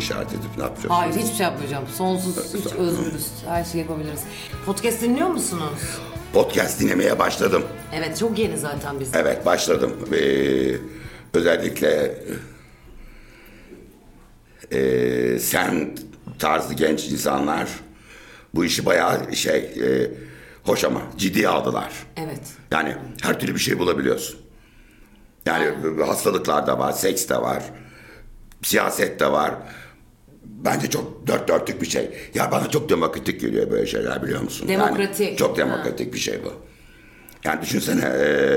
işaret edip ne yapacağız? Hayır, hiçbir şey yapmayacağım. Sonsuz, hiç özgürüz. Her şeyi yapabiliriz. Podcast dinliyor musunuz? Podcast dinlemeye başladım. Evet, çok yeni zaten biz. Evet, başladım. Özellikle sen tarzı genç insanlar bu işi bayağı hoş ama ciddiye aldılar. Evet. Yani her türlü bir şey bulabiliyorsun. Yani hastalıklar da var, seks de var, siyaset de var. Bence çok dört dörtlük bir şey. Ya bana çok demokratik geliyor böyle şeyler, biliyor musun? Demokratik. Yani çok demokratik bir şey bu. Yani düşünsene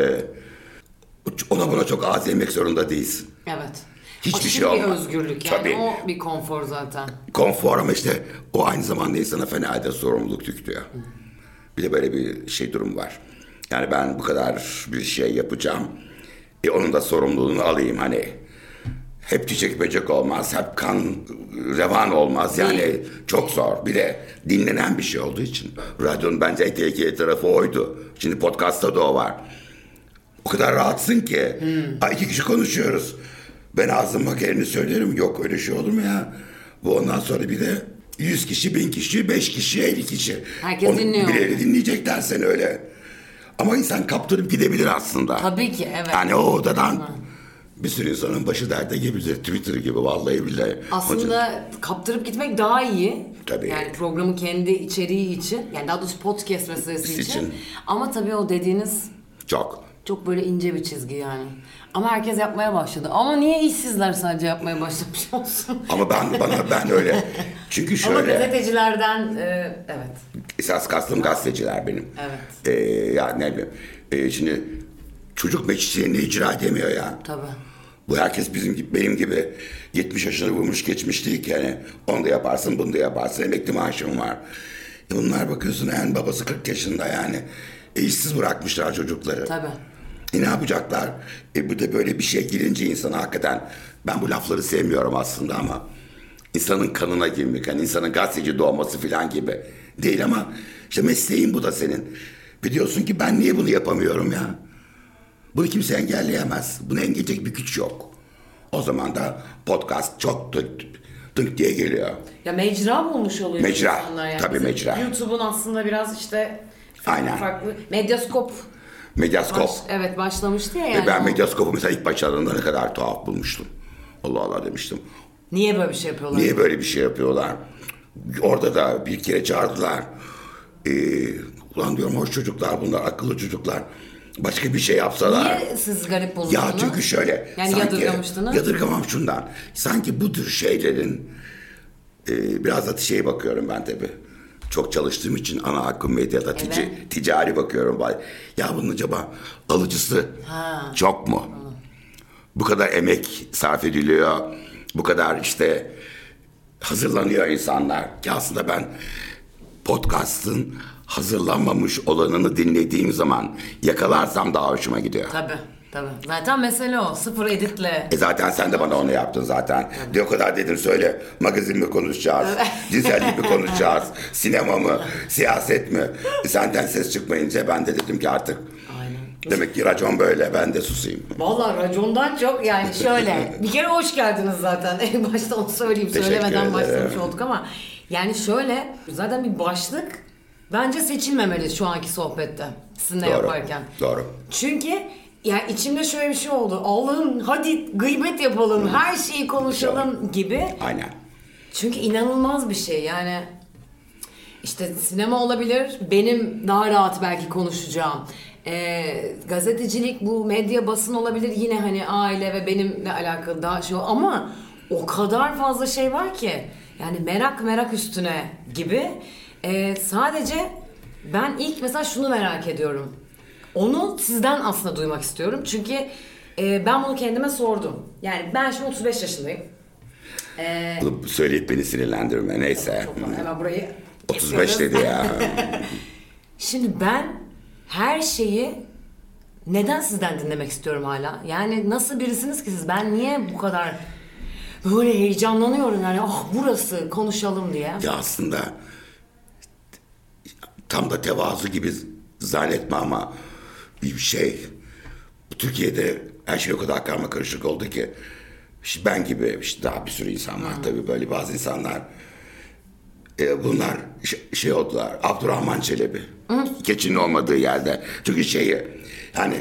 ona buna çok az yemek zorunda değilsin. Evet. Hiçbir şey bir olmaz. özgürlük yani. Tabii. O bir konfor zaten. Konfor ama işte o aynı zamanda insana fena da sorumluluk yüklüyor. Bir de böyle bir şey durum var. Yani ben bu kadar bir şey yapacağım. Onun da sorumluluğunu alayım hani. Hep çiçek böcek olmaz, hep kan revan olmaz. Yani çok zor. Bir de dinlenen bir şey olduğu için. Radyonun bence en tehlikeli tarafı oydu. Şimdi podcast'ta da o var. O kadar rahatsın ki. 2 kişi konuşuyoruz. Ben ağzıma geleni söylerim. Yok öyle şey olur mu ya? Bu ondan sonra bir de 100 kişi, 1000 kişi, 5 kişi, 50 kişi. Herkes dinliyor. Birileri dinleyecekler seni öyle. Ama insan kaptırıp gidebilir aslında. Tabii ki, evet. Yani o odadan bir sürü insanın başı derde gibidir. Twitter gibi vallahi billahi. Aslında kaptırıp gitmek daha iyi. Tabii. Yani programın kendi içeriği için. Yani daha doğrusu podcast meselesi için. Ama tabii o dediğiniz çok böyle ince bir çizgi yani. Ama herkes yapmaya başladı. Ama niye işsizler sadece yapmaya başlamış olsun? Ama ben öyle. Çünkü şöyle. Ama gazetecilerden evet. Esas kastım gazeteciler benim. Evet. Yani ne bileyim. Şimdi çocuk meclislerini icra edemiyor ya. Tabii. Bu herkes benim gibi 70 yaşını vurmuş geçmiş değil ki. Yani onu da yaparsın, bunu da yaparsın. Emekli maaşım var. Bunlar bakıyorsun en babası 40 yaşında yani. İşsiz bırakmışlar çocukları. Tabii. Ne yapacaklar? Bu da böyle bir şey girince insana hakikaten, ben bu lafları sevmiyorum aslında ama insanın kanına girmek, yani insanın gazeteci doğması falan gibi değil ama işte mesleğin bu da senin. Biliyorsun ki ben niye bunu yapamıyorum ya? Bunu kimse engelleyemez. Bunu engelleyecek bir güç yok. O zaman da podcast çok tık diye geliyor. Ya mecra bulmuş oluyor mecra. insanlar yani. Tabii mecra. YouTube'un aslında biraz işte Aynen. farklı. Medyaskop. Evet, başlamıştı ya yani. Ben Medyaskop'u mesela ilk başladığında ne kadar tuhaf bulmuştum. Allah Allah demiştim. Niye böyle bir şey yapıyorlar? Niye böyle bir şey yapıyorlar? Orada da bir kere çağırdılar. Ulan diyorum, hoş çocuklar bunlar, akıllı çocuklar. Başka bir şey yapsalar. Niye siz garip buldunuz? Ya çünkü şöyle. Yani yadırgamıştınız. Yadırgamam şundan. Sanki bu tür şeylerin biraz da bakıyorum ben tabii. Çok çalıştığım için ana akım medyada ticari bakıyorum. Ya bunun acaba alıcısı çok mu? Bu kadar emek sarf ediliyor. Bu kadar işte hazırlanıyor insanlar. Ki aslında ben podcast'ın hazırlanmamış olanını dinlediğim zaman yakalarsam daha hoşuma gidiyor. Tabii. Zaten mesele o. Sıfır editle. Zaten sen de bana onu yaptın zaten. De o kadar dedim, söyle. Magazin mi konuşacağız? Cinsellik mi konuşacağız? Sinema mı? Siyaset mi? Senden ses çıkmayınca ben de dedim ki artık. Aynen. Demek ki racon böyle, ben de susayım. Vallahi racondan çok yani şöyle. Bir kere hoş geldiniz zaten. En başta onu söyleyeyim. Söylemeden başlamış olduk ama. Yani şöyle, zaten bir başlık bence seçilmemeli şu anki sohbette. Sizinle yaparken. Doğru. Çünkü yani içimde şöyle bir şey oldu. Allah'ım hadi gıybet yapalım, her şeyi konuşalım gibi. Aynen. Çünkü inanılmaz bir şey yani. İşte sinema olabilir, benim daha rahat belki konuşacağım. Gazetecilik, bu medya, basın olabilir, yine hani aile ve benimle alakalı daha şey, ama o kadar fazla şey var ki. Yani merak üstüne gibi. Sadece ben ilk mesela şunu merak ediyorum. Onu sizden aslında duymak istiyorum. Çünkü ben bunu kendime sordum. Yani ben şimdi 35 yaşındayım. Bunu söyleyip beni sinirlendirme, neyse. Hemen burayı 35 dedi ya. Şimdi ben her şeyi neden sizden dinlemek istiyorum hala? Yani nasıl birisiniz ki siz? Ben niye bu kadar böyle heyecanlanıyorum yani, burası konuşalım diye. Ya aslında tam da tevazu gibi zannetme ama bir şey. Türkiye'de her şey o kadar karmakarışık oldu ki İşte ben gibi işte daha bir sürü insan var tabii, böyle bazı insanlar. Bunlar şey oldular, Abdurrahman Çelebi. Keçinin olmadığı yerde. Çünkü hani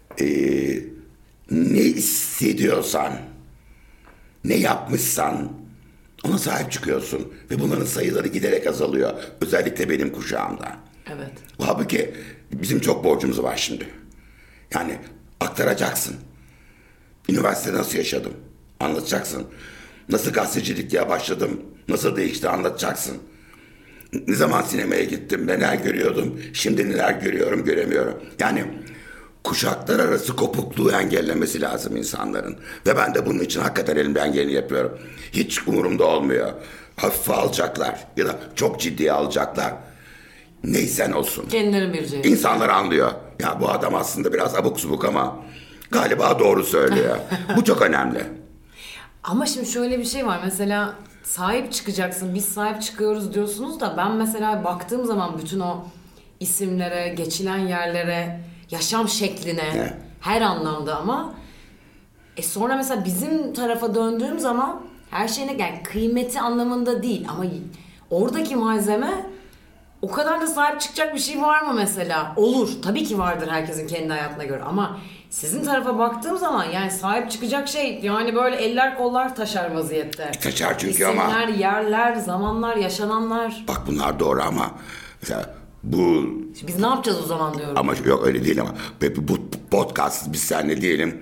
ne hissediyorsan, ne yapmışsan ona sahip çıkıyorsun. Ve bunların sayıları giderek azalıyor. Özellikle benim kuşağımda. Evet. Halbuki bizim çok borcumuz var şimdi. Yani aktaracaksın. Üniversitede nasıl yaşadım? Anlatacaksın. Nasıl gazetecilikle başladım? Nasıl değişti? Anlatacaksın. Ne zaman sinemaya gittim? Neler görüyordum? Şimdi neler görüyorum, göremiyorum. Yani kuşaklar arası kopukluğu engellemesi lazım insanların. Ve ben de bunun için hakikaten elimden geleni yapıyorum. Hiç umurumda olmuyor. Hafife alacaklar ya da çok ciddiye alacaklar. Neysen olsun. Kendileri bileceği. İnsanlar anlıyor. Ya bu adam aslında biraz abuk subuk ama galiba doğru söylüyor. Bu çok önemli. Ama şimdi şöyle bir şey var. Mesela sahip çıkacaksın. Biz sahip çıkıyoruz diyorsunuz da ben mesela baktığım zaman bütün o isimlere, geçilen yerlere, yaşam şekline, Evet. her anlamda ama sonra mesela bizim tarafa döndüğüm zaman her şeyine, yani kıymeti anlamında değil ama oradaki malzeme, o kadar da sahip çıkacak bir şey var mı mesela? Olur. Tabii ki vardır herkesin kendi hayatına göre ama sizin tarafa baktığım zaman yani sahip çıkacak şey yani böyle eller kollar taşar vaziyette. Taşar çünkü İsimler, ama. yerler, zamanlar, yaşananlar. Bak bunlar doğru ama mesela bu Biz ne yapacağız o zaman diyorum. ama yok öyle değil ama bu podcast biz seninle diyelim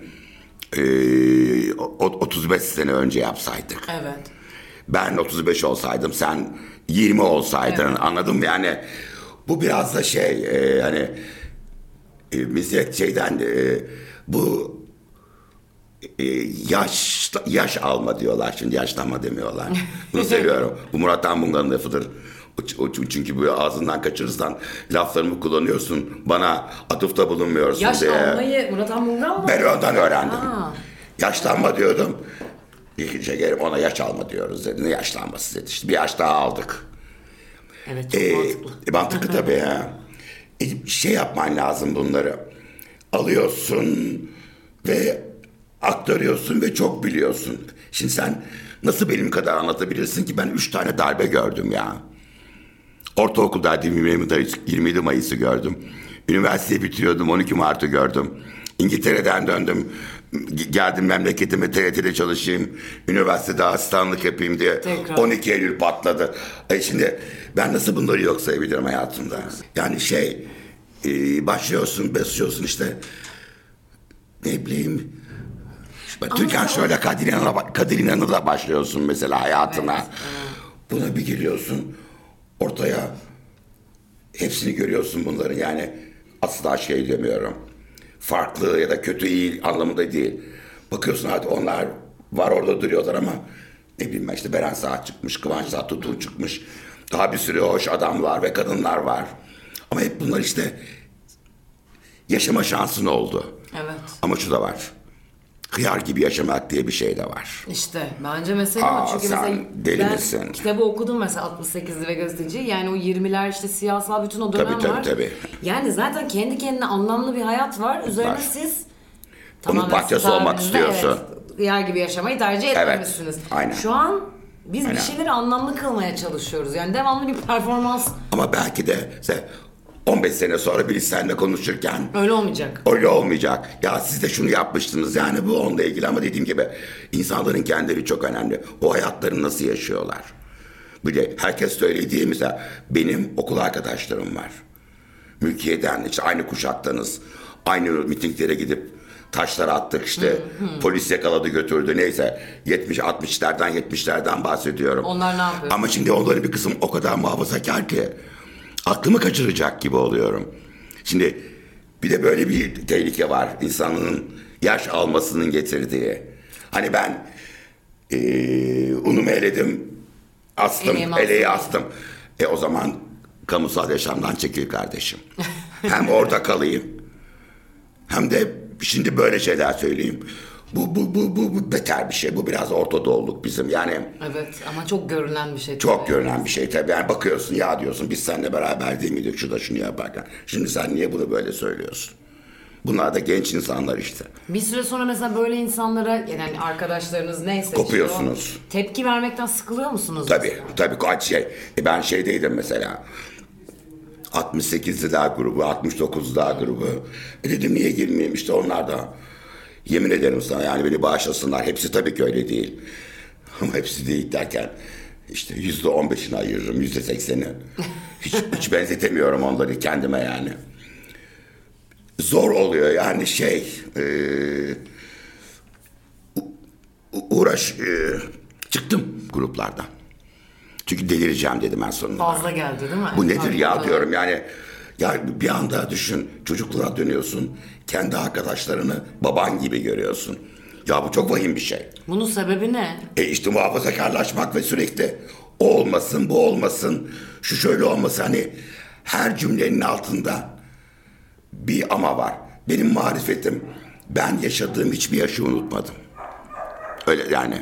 35 sene önce yapsaydık. Evet. Ben 35 olsaydım, sen 20 olsaydın, Evet. anladın mı? Yani bu biraz da hani bize bu yaş alma diyorlar, şimdi yaşlanma demiyorlar. Bunu seviyorum. Bu Murat Anmungan'ın lafıdır. Çünkü bu ağzından kaçırırsan laflarımı kullanıyorsun, bana atıfta bulunmuyorsun Yaş diye. almayı Murat Anmungan mı? Ben ondan öğrendim. Ha. Yaşlanma diyordum. İkinci gelip ona yaş alma diyoruz dedi. Ne yaşlanması dedi. İşte bir yaş daha aldık. Evet, çok mantıklı. Mantıklı tabii ya. Yapman lazım bunları. Alıyorsun ve aktarıyorsun ve çok biliyorsun. Şimdi sen nasıl benim kadar anlatabilirsin ki? Ben 3 tane darbe gördüm ya. Ortaokulda 27 Mayıs'ı gördüm. Üniversiteyi bitiriyordum, 12 Mart'ı gördüm. İngiltere'den döndüm. Geldim memleketime, TRT'de çalışayım. Üniversitede asistanlık yapayım diye. Tekrar. 12 Eylül patladı. Şimdi ben nasıl bunları yok sayabilirim hayatımda? Yani başlıyorsun, besliyorsun işte. Ne bileyim. Türkan şöyle Kadir İnanır'la başlıyorsun mesela hayatına. Evet. Buna bir geliyorsun. Ortaya hepsini görüyorsun bunların. Yani asla demiyorum. Farklı ya da kötü iyi anlamında değil. Bakıyorsun hadi onlar var orada duruyorlar ama ne bileyim işte Beren Saat çıkmış, Kıvanç Tatlıtuğ çıkmış. Daha bir sürü hoş adamlar ve kadınlar var. Ama hep bunlar işte yaşama şansın oldu. Evet. Ama şu da var. Hıyar gibi yaşamak diye bir şey de var. İşte bence mesela Aa, çünkü sen mesela deli ben misin? kitabı okudum mesela 68'li ve gazeteci. Yani o 20'ler işte siyasal bütün o dönem Tabii, var. tabii. Yani zaten kendi kendine anlamlı bir hayat var. Üzerine Var. siz Onun tamamen parçası olmak tabirinizle, istiyorsun. Evet, yer gibi yaşamayı tercih etmemişsiniz. aynen. Şu an biz Aynen. bir şeyleri anlamlı kılmaya çalışıyoruz. Yani devamlı bir performans. Ama belki de 15 sene sonra biri seninle konuşurken Öyle olmayacak. öyle olmayacak. Ya siz de şunu yapmıştınız, yani bu onunla ilgili, ama dediğim gibi insanların kendileri çok önemli. O hayatlarını nasıl yaşıyorlar? Bir de herkes söylediği mesela benim okul arkadaşlarım var. Mülkiye'den işte aynı kuşaktanız. Aynı mitinglere gidip taşlar attık işte. Polis yakaladı götürdü neyse. 70'lerden bahsediyorum. Onlar ne yapıyor? Ama şimdi onların bir kısım o kadar muhafazakar ki aklımı kaçıracak gibi oluyorum. Şimdi bir de böyle bir tehlike var insanın yaş almasının getirdiği. Hani ben unumu eledim, eleği astım. O zaman kamusal yaşamdan çekil kardeşim. Hem orada kalayım hem de şimdi böyle şeyler söyleyeyim. Bu beter bir şey. Bu biraz Orta Doğuluk bizim. Yani Evet ama çok görülen bir şey. çok görünen bir şey tabii. Yani bakıyorsun ya diyorsun biz seninle beraber değil miydik şurada şunu yaparken. Şimdi sen niye bunu böyle söylüyorsun? Bunlar da genç insanlar işte. Bir süre sonra mesela böyle insanlara, yani arkadaşlarınız neyse Kopuyorsunuz. işte tepki vermekten sıkılıyor musunuz? Tabii, mesela? tabii kaç şey. Ben şeydeydim mesela. 68'liler grubu, 69'lular grubu. Dedim niye girmeyeyim işte onlar da. Yemin ederim sana yani beni bağışlasınlar. Hepsi tabii ki öyle değil. Ama hepsi değil derken işte %15'ini ayırırım, %80'i. Hiç benzetemiyorum onları kendime yani. Zor oluyor yani çıktım gruplardan. Çünkü delireceğim dedim en sonunda. Fazla geldi değil mi? Bu nedir ya Hakikaten. diyorum yani. Ya bir anda düşün, çocukluğa dönüyorsun. Kendi arkadaşlarını baban gibi görüyorsun. Ya bu çok vahim bir şey. Bunun sebebi ne? İşte muhafazakarlaşmak ve sürekli o olmasın, bu olmasın, şu şöyle olmasın. Hani her cümlenin altında bir ama var. Benim marifetim, ben yaşadığım hiçbir yaşı unutmadım. Öyle yani.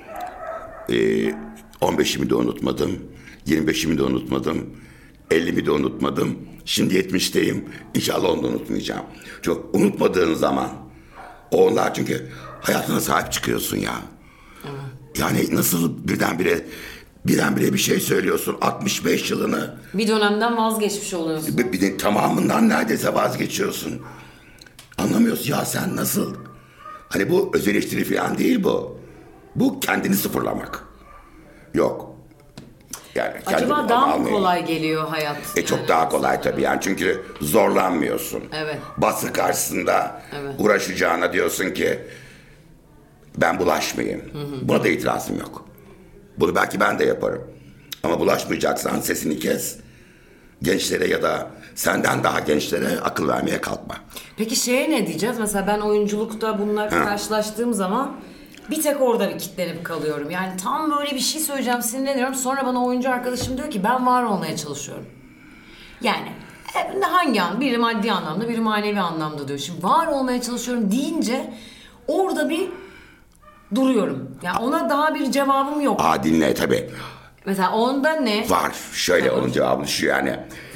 15'imi de unutmadım, 25'imi de unutmadım, 50'mi de unutmadım. Şimdi 70'teyim. İnşallah onu da unutmayacağım. Çok unutmadığın zaman onlar çünkü hayatına sahip çıkıyorsun ya. Yani nasıl birdenbire bir şey söylüyorsun 65 yılını Bir dönemden vazgeçmiş oluyorsun. bir de tamamından neredeyse vazgeçiyorsun. Anlamıyorsun ya sen nasıl? Hani bu öz eleştiri falan değil bu. Bu kendini sıfırlamak. Yok. Yani Acaba kendini daha mı almayın. kolay geliyor hayat? Çok daha kolay tabii yani çünkü zorlanmıyorsun. Evet. Baskı karşısında Evet. uğraşacağına diyorsun ki ben bulaşmayayım. Buna da itirazım yok. Bunu belki ben de yaparım. Ama bulaşmayacaksan sesini kes. Gençlere ya da senden daha gençlere akıl vermeye kalkma. Peki şeye ne diyeceğiz? Mesela ben oyunculukta bununla karşılaştığım zaman bir tek orada bir kitlenip kalıyorum. Yani tam böyle bir şey söyleyeceğim, sinirleniyorum. Sonra bana oyuncu arkadaşım diyor ki ben var olmaya çalışıyorum. Yani hangi an? Biri maddi anlamda, biri manevi anlamda diyor. Şimdi var olmaya çalışıyorum deyince orada bir duruyorum. Yani ona daha bir cevabım yok. Dinle tabii. Mesela onda ne? Var. Şöyle onun cevabı şu yani.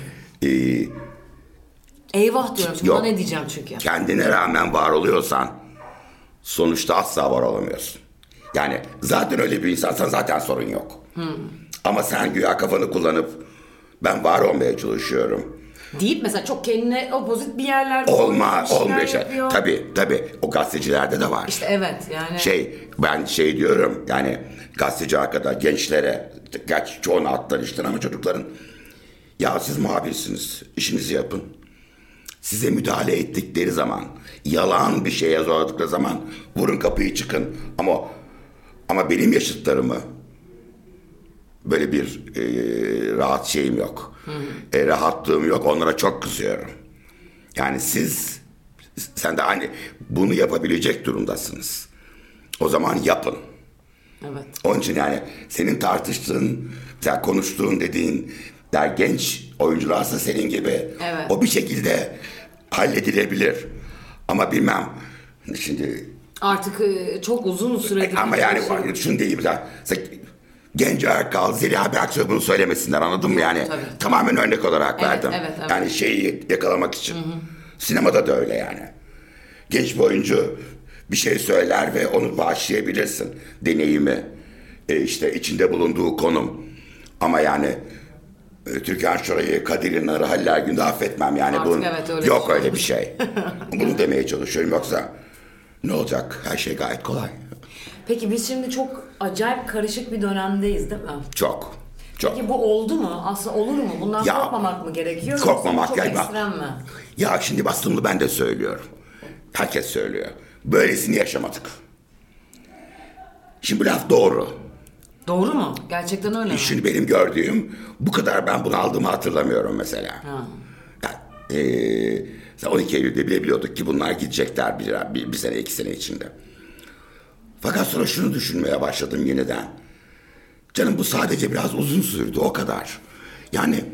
Eyvah diyorum. Şimdi Yok. buna ne diyeceğim çünkü? Kendine rağmen var oluyorsan sonuçta asla var olamıyorsun. Yani zaten öyle bir insansan zaten sorun yok. Ama sen güya kafanı kullanıp ben var olmaya çalışıyorum. Deyip mesela çok kendine opozit bir yerlerde Olmuyor şey. yapıyor. Tabii o gazetecilerde de var. İşte evet yani. Ben diyorum yani gazeteci arkadaş gençlere gerçi çoğunu atlar işten ama çocukların ya siz muhabirsiniz işinizi yapın. Size müdahale ettikleri zaman yalan bir şeye zorladıkları zaman vurun kapıyı çıkın ama benim yaşıtlarımı böyle bir rahat şeyim yok. Rahatlığım yok. Onlara çok kızıyorum. Yani sen de aynı bunu yapabilecek durumdasınız. O zaman yapın. Evet. Onun için yani senin tartıştığın, mesela konuştuğun dediğin genç oyuncularsa senin gibi Evet. o bir şekilde halledilebilir. Ama bilmem şimdi Artık çok uzun süredir. ama yani şunu diyeyim mesela Genco Erkal, Zeliha Berksoy bunu söylemesinler anladın mı yani? Tabii. Tamamen örnek olarak Evet, verdim. evet. Yani şeyi yakalamak için. Sinemada da öyle yani. Genç bir oyuncu bir şey söyler ve onu bağışlayabilirsin. Deneyimi, işte içinde bulunduğu konum. Ama yani Türkan Şoray'ı, Kadir İnanır'ı, Halil Ergün'ü affetmem yani. Artık evet, öyle yok bir şey. öyle bir şey. Bunu demeye çalışıyorum yoksa ne olacak? Her şey gayet kolay. Peki biz şimdi çok acayip karışık bir dönemdeyiz değil mi? Çok. Peki bu oldu mu? Aslında olur mu? Bundan Ya, korkmamak mı gerekiyor? korkmamak Yoksa ya. çok ekstrem mi? Ya şimdi aslında ben de söylüyorum. Herkes söylüyor. Böylesini yaşamadık. Şimdi bu laf doğru. Doğru mu? Gerçekten öyle mi? Şimdi benim gördüğüm bu kadar ben bunu aldığımı hatırlamıyorum mesela. Ha. Yani, 12 Eylül'de bile biliyorduk ki bunlar gidecekler bir sene 2 sene içinde. Fakat sonra şunu düşünmeye başladım yeniden. Canım bu sadece biraz uzun sürdü o kadar. Yani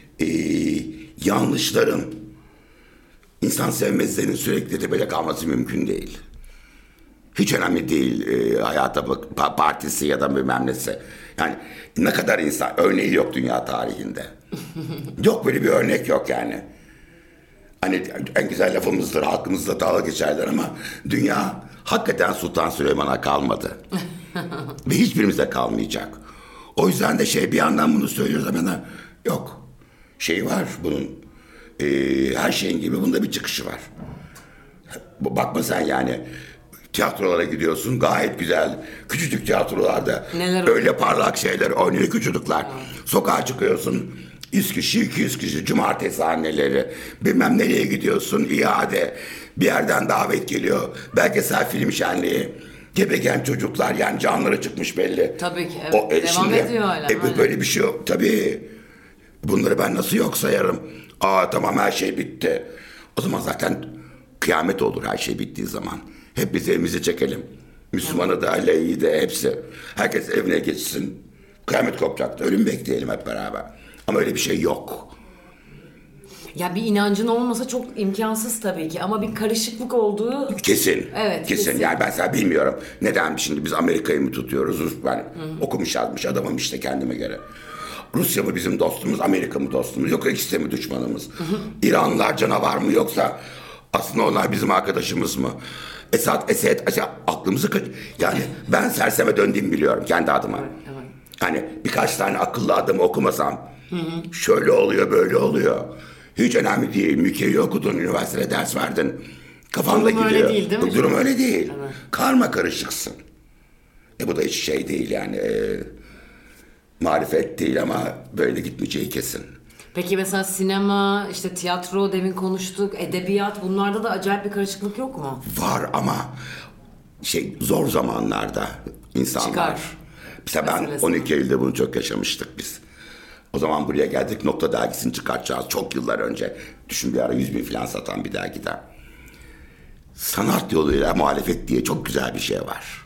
yanlışların insan sevmezlerin sürekli tepede kalması mümkün değil. Hiç önemli değil hayata partisi ya da bilmem nesi. Yani ne kadar insan örneği yok dünya tarihinde. Yok böyle bir örnek yok yani. Hani en güzel lafımızdır, halkımızla dalga geçerler ama dünya hakikaten Sultan Süleyman'a kalmadı. Ve hiçbirimize kalmayacak. O yüzden de bir yandan bunu söylüyoruz ama yok. Var bunun. Her şeyin gibi bunda bir çıkışı var. Bakma sen yani. Tiyatrolara gidiyorsun gayet güzel. Küçücük tiyatrolarda öyle parlak şeyler oynuyor küçücükler. Sokağa çıkıyorsun. 100 kişi, 200 kişi, cumartesi sahneleri. Bilmem nereye gidiyorsun, ihade. Bir yerden davet geliyor. Belgesel film şenliği. Gebeken çocuklar yani canları çıkmış belli. Tabii ki evet. Devam ediyor hala. Böyle bir şey yok. Tabii. Bunları ben nasıl yok sayarım. Tamam her şey bitti. O zaman zaten kıyamet olur her şey bittiği zaman. Hep biz evimizi çekelim. Müslümanı da, Alevi'yi de hepsi. Herkes evine geçsin. Kıyamet kopacak da ölüm bekleyelim hep beraber. Ama öyle bir şey yok. Ya bir inancın olmasa çok imkansız tabii ki ama bir karışıklık olduğu... Kesin. Evet. Kesin. Yani ben sana bilmiyorum. Neden şimdi biz Amerika'yı mı tutuyoruz? Ben okumuş yazmış adamım işte kendime göre. Rusya mı bizim dostumuz, Amerika mı dostumuz? Yoksa ikisi de mi düşmanımız? İranlılar canavar mı yoksa aslında onlar bizim arkadaşımız mı? Esed, aklımızı yani ben serseme döndüğümü biliyorum kendi adıma. Evet. Hani birkaç tane akıllı adamı okumasam şöyle oluyor böyle oluyor. Hiç önemli değil. Mülkiye'yi okudun, üniversitede ders verdin. Kafanda Durum gidiyor. öyle değil mi? Durum öyle değil. Evet. Karma karışıksın. Bu da hiç değil yani. Marifet değil ama böyle gitmeyeceği kesin. Peki mesela sinema, işte tiyatro demin konuştuk, edebiyat bunlarda da acayip bir karışıklık yok mu? Var ama zor zamanlarda insanlar. Çıkar. Mesela ben Meselesi. 12 Eylül'de bunu çok yaşamıştık biz. O zaman buraya geldik Nokta dergisini çıkartacağız çok yıllar önce. Düşün bir ara 100.000 falan satan bir dergide. Sanat yoluyla muhalefet diye çok güzel bir şey var.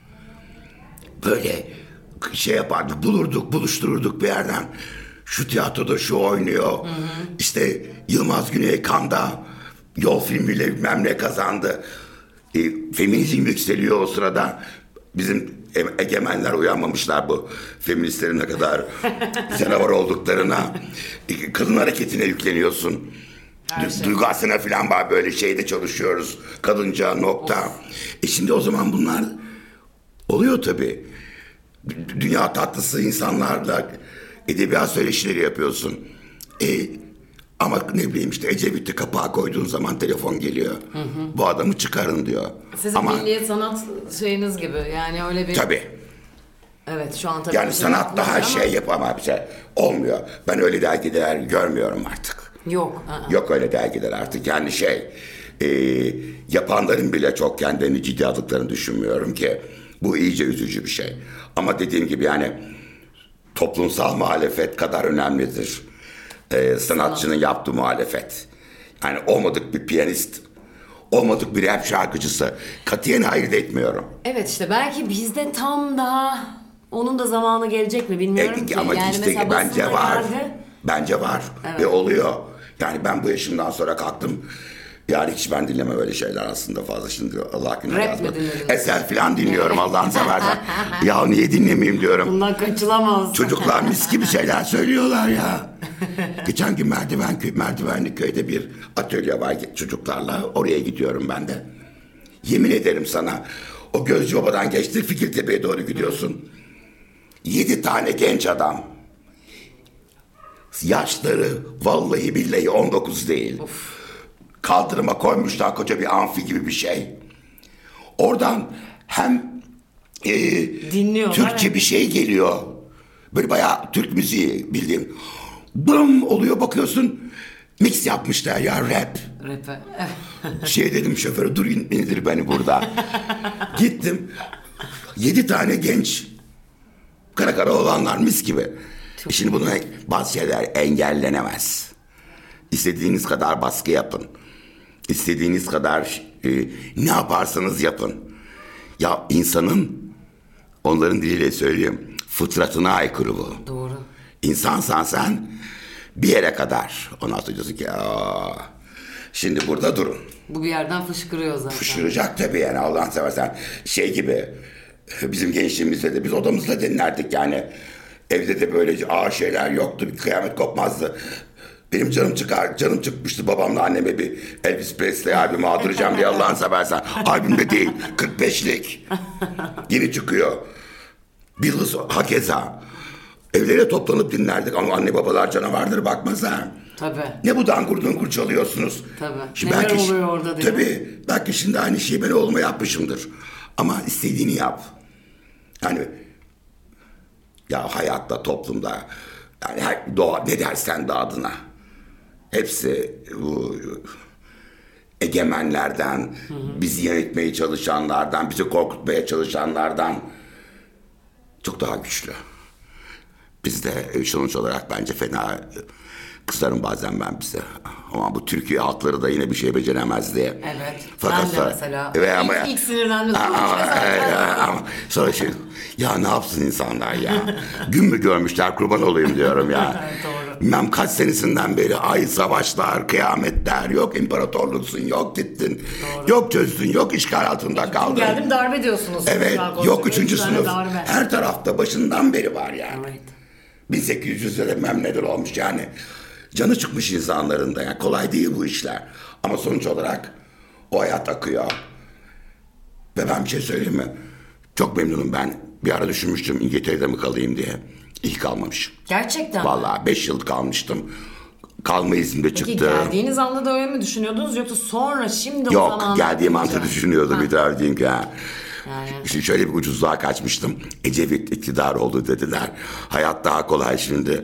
Böyle yapardık, buluştururduk bir yerden. Şu tiyatroda şu oynuyor. İşte Yılmaz Güney Kan'da yol filmiyle bilmem ne kazandı. Feminizm yükseliyor o sırada. Bizim egemenler uyanmamışlar bu feministlerin ne kadar canavar olduklarına. Kadın hareketine yükleniyorsun. Duygasına falan var böyle çalışıyoruz. Kadınca nokta. Şimdi o zaman bunlar oluyor tabii. Dünya tatlısı insanlarla edebiyat söyleşileri yapıyorsun. Ama ne bileyim işte Ecevit'i kapağa koyduğun zaman telefon geliyor. Bu adamı çıkarın diyor. Sizin milliyet sanat şeyiniz gibi yani öyle bir... Tabii. Evet şu an tabii. Yani sanatta her şey yapamam olmuyor. Ben öyle dergiler görmüyorum artık. Yok. Yok öyle dergiler artık yani yapanların bile çok kendilerini ciddi aldıklarını düşünmüyorum ki. Bu iyice üzücü bir şey. Ama dediğim gibi yani toplumsal muhalefet kadar önemlidir. Sanatçının yaptığı muhalefet. Yani olmadık bir piyanist, olmadık bir rap şarkıcısı. Katiyen ayırt etmiyorum. Evet işte belki bizde tam daha onun da zamanı gelecek mi bilmiyorum ki. Ama yani işte bence var. Bence var. Evet. Ve oluyor. Yani ben bu yaşımdan sonra kalktım. Yani hiç ben dinlemem öyle şeyler aslında fazla şimdi Allah günah Rap yazmasın. mi dinledin? Eser falan dinliyorum Allah'ını seversen. Ya niye dinlemeyeyim diyorum. Bundan kaçılamaz. Çocuklar mis gibi şeyler söylüyorlar ya. Geçen gün Merdivenli köyde bir atölye var çocuklarla. Oraya gidiyorum ben de. Yemin ederim sana o Gözcü Baba'dan geçtik Fikirtepe'ye doğru gidiyorsun. 7 tane genç adam. Yaşları vallahi billahi 19 değil. Of. Kaldırıma koymuşlar koca bir amfi gibi bir şey. Oradan hem Türkçe bir şey geliyor. Böyle bayağı Türk müziği bildiğim. Bım oluyor bakıyorsun. Mix yapmışlar ya rap. Dedim şoföre dur indir beni burada. Gittim. 7 tane genç. Kara kara olanlar mis gibi. Şimdi bunun bazı şeyler engellenemez. İstediğiniz kadar baskı yapın. İstediğiniz kadar ne yaparsanız yapın. Ya insanın onların diliyle söyleyeyim fıtratına aykırı bu. Doğru. İnsansan sen bir yere kadar. Ondan sonra diyorsun ki şimdi burada durun. Bu bir yerden fışkırıyor zaten. Fışkıracak tabii yani Allah'ını seversen. Gibi bizim gençliğimizde de biz odamızda dinlerdik yani. Evde de böyle ağır şeyler yoktu. Bir kıyamet kopmazdı. Benim canım çıkmıştı babamla anneme bir Elvis Presley albümü aldıracağım diye Allah'ını seversen. Albümde değil, 45'lik. Yeni çıkıyor. Beatles hakeza. Evlere toplanıp dinlerdik ama anne babalar canavardır bakmaz ha. Tabii. Ne bu dangur dungur çalıyorsunuz? Tabii. Şimdi Neler belki, oluyor orada diye. Tabii. Belki şimdi aynı şeyi ben oğluma yapmışımdır. Ama istediğini yap. Yani ya hayatta, toplumda yani doğa ne dersen de adına. Hepsi bu egemenlerden, bizi yönetmeye çalışanlardan, bizi korkutmaya çalışanlardan çok daha güçlü. Biz de sonuç olarak bence fena kızarım bazen ben bize. Ama bu Türkiye halkları da yine bir şey beceremez diye. Evet. Fakat ben de sonra, mesela. Ama, İlk sinirlendim. ama sonra ya ne yapsın insanlar ya? Gün mü görmüşler kurban olayım diyorum ya. Doğru. Bilmem kaç senesinden beri savaşlar, kıyametler, yok imparatorluksun, yok gittin, Doğru. yok çözdün, yok işgal altında kaldın. Geldim darbe diyorsunuz. Evet, yok 3. sınıf. Darbe. Her tarafta başından beri var yani. Evet. 1800'de bilmem neler olmuş yani. Canı çıkmış insanların da. Yani kolay değil bu işler. Ama sonuç olarak o hayat akıyor. Ve ben bir şey söyleyeyim mi? Çok memnunum ben. Bir ara düşünmüştüm İngiltere'de mi kalayım diye. İyi kalmamış. Gerçekten. Vallahi 5 yıl kalmıştım. Kalma iznim de çıktı. Peki geldiğiniz anda da öyle mi düşünüyordunuz yoksa sonra şimdi o Yok, zaman... geldiğim anda düşünüyordum bir daha diyeyim ki ha. Yani. Şimdi şöyle bir ucuzluğa kaçmıştım. Ecevit iktidar oldu dediler. Hayat daha kolay şimdi.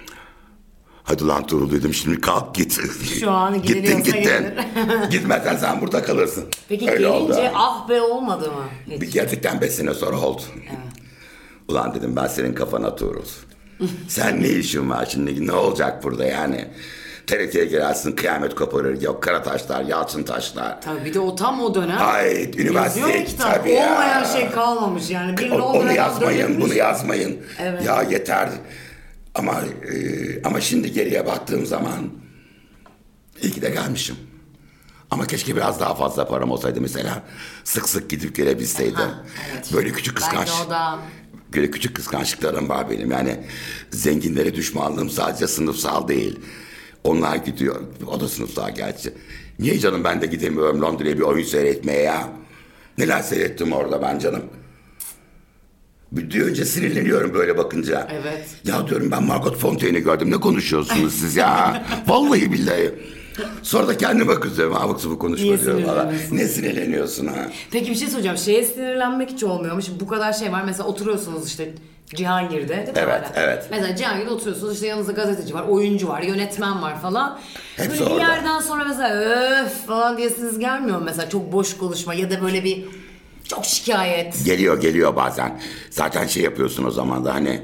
Hadi lan Tuğrul dedim şimdi kalk git. Şu an gidiliyorsa Gitmezsen sen burada kalırsın. Peki Öyle gelince oldu. ah be olmadı mı? Hiç. Bir gerçekten 5 sene sonra oldu. Evet. Ulan dedim ben senin kafana Tuğrul. Sen ne işin var şimdi ne olacak burada yani? TRT'ye girersin kıyamet koparır. Yok Karataşlar, Yalçıntaşlar. Tabii bir de o tam o dönem. Ay üniversite Yazıyor kitap. tabii ya. Olmayan şey kalmamış yani. Onu yazmayın, bunu yazmayın. Evet. Ya yeter. Ama şimdi geriye baktığım zaman iyi ki de gelmişim. Ama keşke biraz daha fazla param olsaydı mesela. Sık sık gidip gelebilseydim. Evet. Böyle küçük kıskanç. Belki o da... Böyle küçük kıskançlıklarım var benim. Yani zenginlere düşmanlığım sadece sınıfsal değil. Onlar gidiyor. O da sınıfsal gerçi. Niye canım ben de gidemiyorum Londra'ya bir oyun seyretmeye ya? Neler seyrettim orada ben canım. Bir önce sinirleniyorum böyle bakınca. Evet. Ya diyorum ben Margot Fontaine'i gördüm. Ne konuşuyorsunuz siz ya? Vallahi billahi. Sonra da kendime kızıyorum. Abuk sabuk konuşma Niye diyorum valla. sinirleniyorsun? Ne sinirleniyorsun ha? Peki bir şey soracağım. Şeye sinirlenmek hiç olmuyor mu? Şimdi bu kadar şey var. Mesela oturuyorsunuz işte Cihangir'de değil mi? Evet, hala? evet. Mesela Cihangir'de oturuyorsunuz işte yanınızda gazeteci var, oyuncu var, yönetmen var falan. Hepsi böyle bir orada. yerden sonra mesela öf falan diyesiniz gelmiyor mu? Mesela çok boş konuşma ya da böyle bir çok şikayet. Geliyor bazen. Zaten şey yapıyorsun o zaman da hani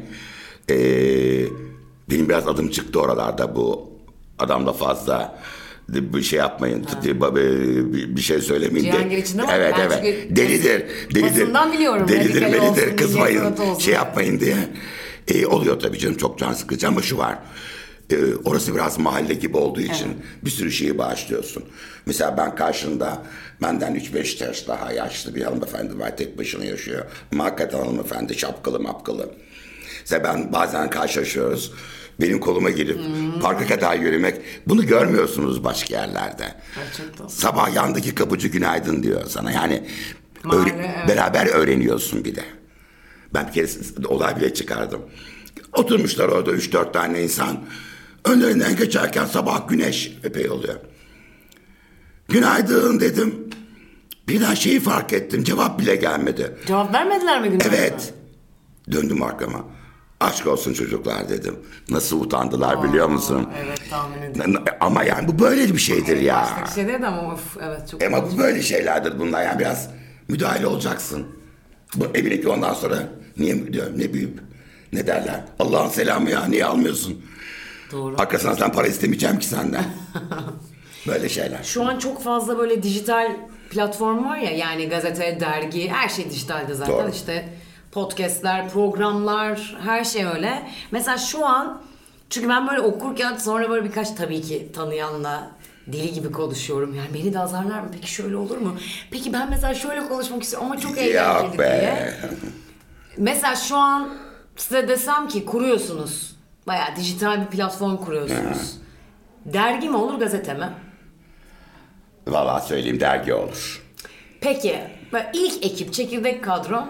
benim biraz adım çıktı oralarda bu adamla fazla bir şey yapmayın. Bir şey söylemeyin. Cihangir içinde var. Evet Ben evet. çünkü Delidir. basından biliyorum. Delidir Medikal olsun, melidir kızmayın. milliyet olsun. Şey yapmayın diye. Oluyor tabii canım çok can sıkıcı ama şu var. Orası biraz mahalle gibi olduğu için bir sürü şeyi bağışlıyorsun. Mesela ben karşında benden 3-5 yaş daha yaşlı bir hanımefendi var. Tek başına yaşıyor. Ama hakikaten hanımefendi şapkalı mapkalı. Mesela ben bazen karşılaşıyoruz. Benim koluma girip parka kadar yürümek. Bunu görmüyorsunuz başka yerlerde. Gerçekten. Sabah yandaki kapıcı günaydın diyor sana. Yani Mahalle, evet. beraber öğreniyorsun bir de. Ben bir kere olay bile çıkardım. Oturmuşlar orada 3-4 tane insan. Önlerinden geçerken sabah güneş epey oluyor. Günaydın dedim. Birden şeyi fark ettim. Cevap bile gelmedi. Cevap vermediler mi günaydın? Evet. Döndüm arkama. Aşk olsun çocuklar dedim. Nasıl utandılar biliyor musun? Evet tahmin ediyorum. Ama yani bu böyle bir şeydir ya. Başka bir şey değil de ama of, evet çok. Ama bu böyle şeylerdir bunlar. Yani biraz müdahale olacaksın. Bu eminim ki ondan sonra niye diyor ne büyük ne derler. Allah'ın selamı ya niye almıyorsun? Doğru. Arkasından sen para istemeyeceğim ki senden. Böyle şeyler. Şu an çok fazla böyle dijital platform var ya yani gazete, dergi her şey dijitalde zaten. Doğru. İşte podcastler, programlar her şey öyle. Mesela şu an çünkü ben böyle okurken sonra böyle birkaç tabii ki tanıyanla deli gibi konuşuyorum. Yani beni de azarlar mı? Peki şöyle olur mu? Peki ben mesela şöyle konuşmak istiyorum ama çok eğlenceli Yok be. diye. Mesela şu an size desem ki kuruyorsunuz. Bayağı dijital bir platform kuruyorsunuz. Dergi mi olur, gazete mi? Vallahi söyleyeyim, dergi olur. Peki ilk ekip, çekirdek kadro?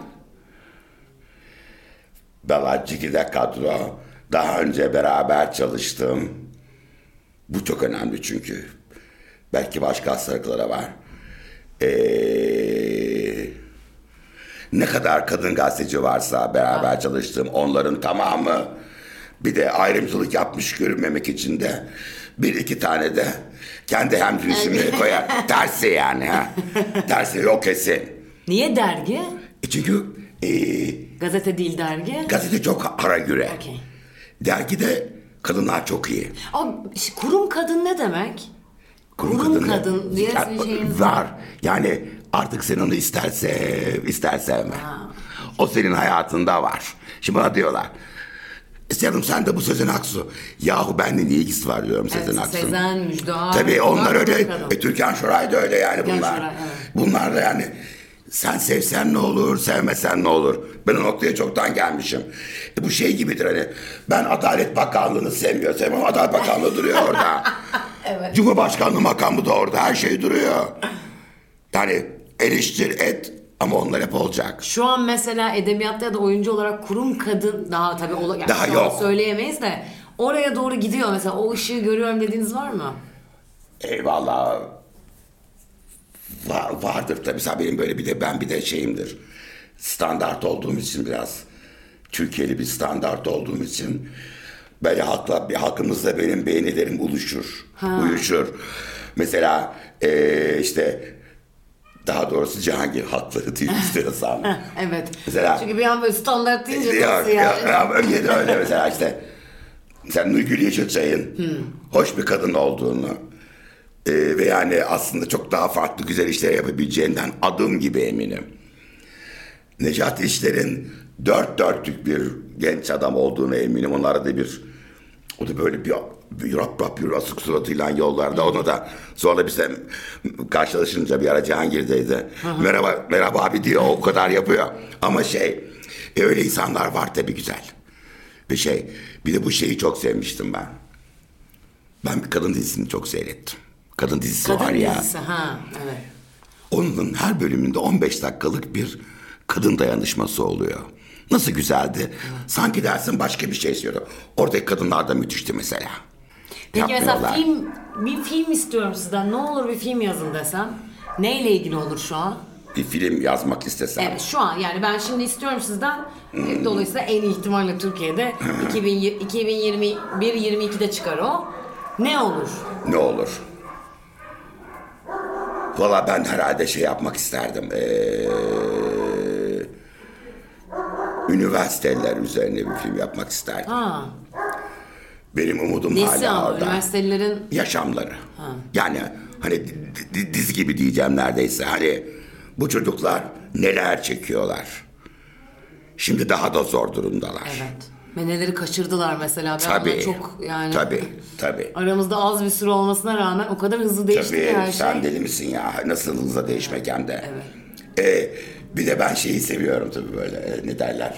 Vallahi çekirdek kadro. Daha önce beraber çalıştım. Bu çok önemli çünkü. Belki başka hastalıklara var. Ne kadar kadın gazeteci varsa beraber çalıştığım, onların tamamı, bir de ayrımcılık yapmış görünmemek için de bir iki tane de kendi hemcinsimi koyar. Tersi yani. Ha. Tersi yok kesin. Niye dergi? Çünkü Gazete değil, dergi. gazete çok ara güre. Okey. Dergide kadınlar çok iyi. Kurum kadın ne demek? Kurum kadın diye şeyiniz var. Yani artık sen onu ister sevme. O senin hayatında var. Şimdi bana diyorlar, Canım sen de bu Sezen Aksu. Yahu benimle ne ilgisi var diyorum Sezen Aksu'nun. Sezen, Müjdat. Tabii onlar öyle. Türkan Şoray da öyle yani bunlar. Şoray, evet. Bunlar da yani sen sevsen ne olur, sevmesen ne olur. Ben o noktaya çoktan gelmişim. Bu şey gibidir hani, ben Adalet Bakanlığı'nı sevmiyorum ama Adalet Bakanlığı duruyor orada. Evet. Cumhurbaşkanlığı makamı da orada, her şey duruyor. Yani eleştir et ama onlar hep olacak. Şu an mesela edebiyatta ya da oyuncu olarak kurum kadın daha tabii yani daha yok. Söyleyemeyiz de oraya doğru gidiyor mesela, o ışığı görüyorum dediğiniz var mı? Eyvallah. Vardır tabii. Mesela benim böyle bir de şeyimdir. Standart olduğum için biraz. Türkiye'li bir standart olduğum için. Böyle halkımızda benim beğenilerim uyuşur. Mesela işte daha doğrusu Cihangir halkları değil istiyorsan. Evet. Mesela, çünkü bir an böyle standart deyince nasıl yani? Öyle mesela işte. Sen Nurgül Yeşilçay'ın hoş bir kadın olduğunu ve yani aslında çok daha farklı güzel işler yapabileceğinden adım gibi eminim. Necati İşler'in dört dörtlük bir genç adam olduğunu eminim. Onlara da o da böyle bir rap asık suratıyla yollarda. Onu da sonra biz de karşılaşınca bir ara Cihangir'deydi. Merhaba abi diyor, o kadar yapıyor. Ama öyle insanlar var tabii, güzel. Ve bir de bu şeyi çok sevmiştim ben. Ben bir kadın dizisini çok seyrettim. Kadın dizisi var ya. Kadın dizisi, evet. Onun her bölümünde 15 dakikalık bir kadın dayanışması oluyor. Nasıl güzeldi. Evet. Sanki dersin başka bir şey istiyordu. Oradaki kadınlar da müthişti mesela. Peki mesela bir film istiyorum sizden. Ne olur bir film yazın desem. Neyle ilgili olur şu an? Bir film yazmak istesem. Evet, şu an yani ben şimdi istiyorum sizden. Dolayısıyla en iyi ihtimalle Türkiye'de 2021-22'de çıkar o. Ne olur? Ne olur? Valla ben herhalde yapmak isterdim. Üniversiteler üzerine bir film yapmak isterdim. Benim umudum nesi hala ama, orada. üniversitelerin yaşamları. Yani hani dizi gibi diyeceğim neredeyse. Hani bu çocuklar neler çekiyorlar. Şimdi daha da zor durumdalar. Evet. Ve neleri kaçırdılar mesela. Ben tabii. Çok yani. Tabii. Aramızda az bir süre olmasına rağmen o kadar hızlı değişti ki her şey. Sen deli misin ya? Nasıl hızla değişmek hem de. Evet. Bir de ben seviyorum tabii böyle. Ne derler?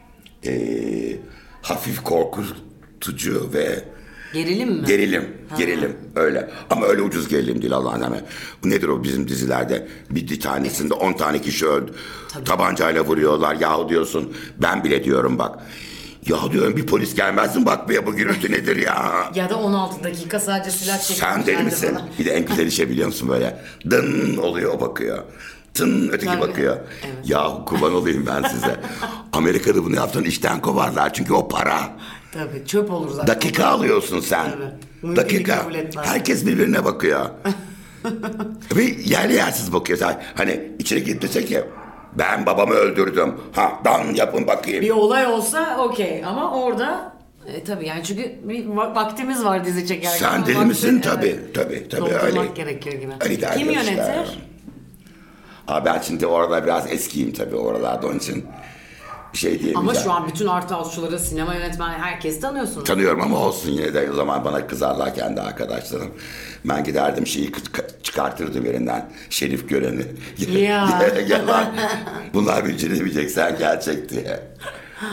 Hafif korkutucu ve gerilim mi? Gerilim öyle. Ama öyle ucuz gerilim değil Allah'ın emri. Bu nedir o bizim dizilerde? Bir tanesinde 10 tane kişi öldü. Tabii. Tabancayla vuruyorlar. Yahu diyorsun, ben bile diyorum bak. Ya diyorum, bir polis gelmezsin bakmaya, bu gürültü nedir ya? Ya da 16 dakika sadece silah çekip. Sen deli misin? Bana. Bir de en güzel işe biliyor musun böyle? Dın oluyor, o bakıyor. Tın öteki tabii. Bakıyor. Evet. Yahu kurban olayım ben size. Amerika'da bunu yapsan işten kovarlar çünkü o para. Tabii çöp olur zaten. Dakika alıyorsun sen. Tabii. Dakika. Herkes birbirine bakıyor. Ve yerli yersiz bakıyor. Hani içeri gidip desek ya, ben babamı öldürdüm. Ben yapın bakayım. Bir olay olsa okey ama orada tabii yani çünkü bir vaktimiz var dizi çekerken. Sen deli misin? Tabii. Doldurmak öyle. gerekiyor gibi. Kim yönetir? Ben şimdi orada biraz eskiyim tabii oralarda, onun için bir şey diyemeyeceğim. Ama şu an bütün art house'çuları, sinema yönetmeni, herkesi tanıyorsunuz. Tanıyorum ama olsun, yine de o zaman bana kızarlar kendi arkadaşlarım. Ben giderdim çıkartırdım yerinden, Şerif Gören'i. Ya. Gel lan. Bunlar bildiğini bilecek, sen gerçek diye.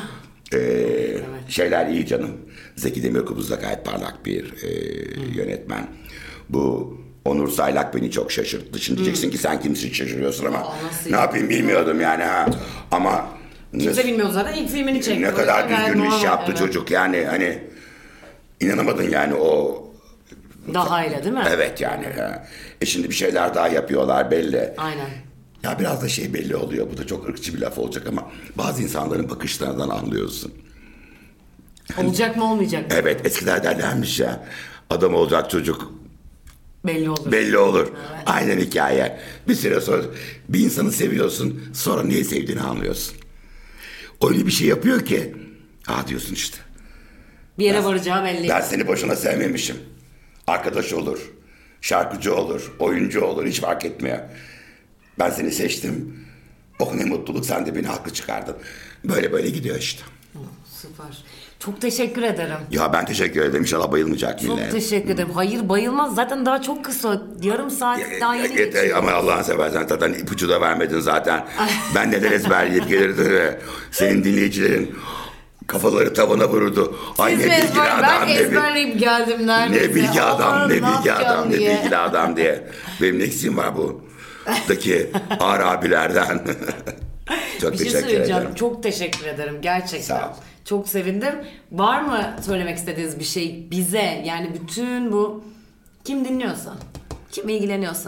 Şeyler iyi canım. Zeki Demirkubuz da gayet parlak bir yönetmen. Bu Onur Saylak beni çok şaşırttı. Şimdi diyeceksin ki sen kimsin şaşırıyorsun ama ne yapayım bilmiyordum yani ha. Ama kimse bilmiyor zaten, ilk filmini çekti. ne kadar düzgün bir iş yaptı evet. çocuk yani hani inanamadın yani o Daha'yla değil mi? evet yani. Şimdi bir şeyler daha yapıyorlar belli. Aynen. Ya biraz da şey belli oluyor. Bu da çok ırkçı bir laf olacak ama bazı insanların bakışlarından anlıyorsun. Olacak mı olmayacak mı? Evet eskiler derlermiş ya. Adam olacak çocuk Belli olur. belli olur. Evet. Aynen hikaye. Bir süre sonra bir insanı seviyorsun. Sonra niye sevdiğini anlıyorsun. Öyle bir şey yapıyor ki. Diyorsun işte. Bir yere varacağı belli. Ben seni boşuna sevmemişim. Arkadaş olur. Şarkıcı olur. Oyuncu olur. Hiç fark etmiyor. Ben seni seçtim. Oh ne mutluluk sen de beni haklı çıkardın. Böyle böyle gidiyor işte. Süper. Çok teşekkür ederim. Ya ben teşekkür ederim. İnşallah bayılmayacak Çok millet. teşekkür ederim. Hayır bayılmaz. Zaten daha çok kısa. Yarım saat daha yeni geçiyor. Ama Allah'ını seversen zaten ipucu da vermedin zaten. Ben neler ezberleyip gelirdi. Senin dinleyicilerin kafaları tavana vururdu. Ay Siz ne bilgili adam. Ben ezberleyip geldim neredeyse. Ne bilgi adam, ne bilgi adam, ne diye. bilgili adam diye. Benim eksiğim var bu. Daki ağır abilerden. Çok Bir şey teşekkür söyleyeceğim. ederim. Çok teşekkür ederim. Gerçekten. Sağ ol. Çok sevindim. Var mı söylemek istediğiniz bir şey bize? Yani bütün bu kim dinliyorsa, kim ilgileniyorsa.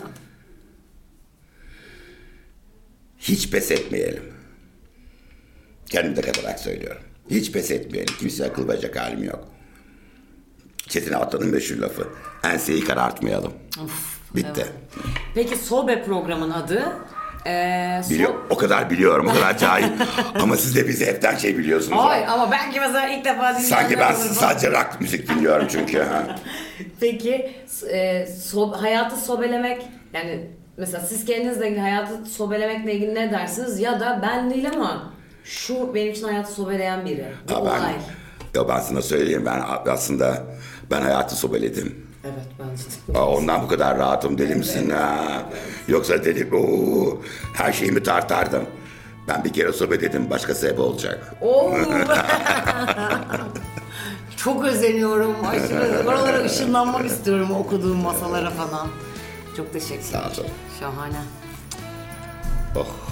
Hiç pes etmeyelim. Kendime de katarak söylüyorum. Hiç pes etmeyelim. Kimseye akıl verecek halim yok. Çetin Atlan'ın meşhur lafı. Enseyi karartmayalım. Of, Bitti. evet. Peki Sobe programın adı? O kadar biliyorum, o kadar cahil. Ama siz de bizi hepten şey biliyorsunuz. Hayır ama belki mesela ilk defa dinleyenler Sanki ben olur mu? sadece rock müzik dinliyorum çünkü. Peki hayatı sobelemek, yani mesela siz kendinizle ilgili hayatı sobelemekle ilgili ne dersiniz? Ya da ben değil ama şu benim için hayatı sobeleyen biri. Bu olay. Ben sana söyleyeyim, ben hayatı sobeledim. Evet ben de. Ondan bu kadar rahatım, deli misin? Yoksa dedik her şeyimi tartardım. Ben bir kere sohbet ettim, başka sebep olacak. Oo. Çok özeniyorum. Aşırı. Oralara ışınlanmak istiyorum okuduğum masalara falan. Çok teşekkür ederim. Sağ ol. Şahane. Oh.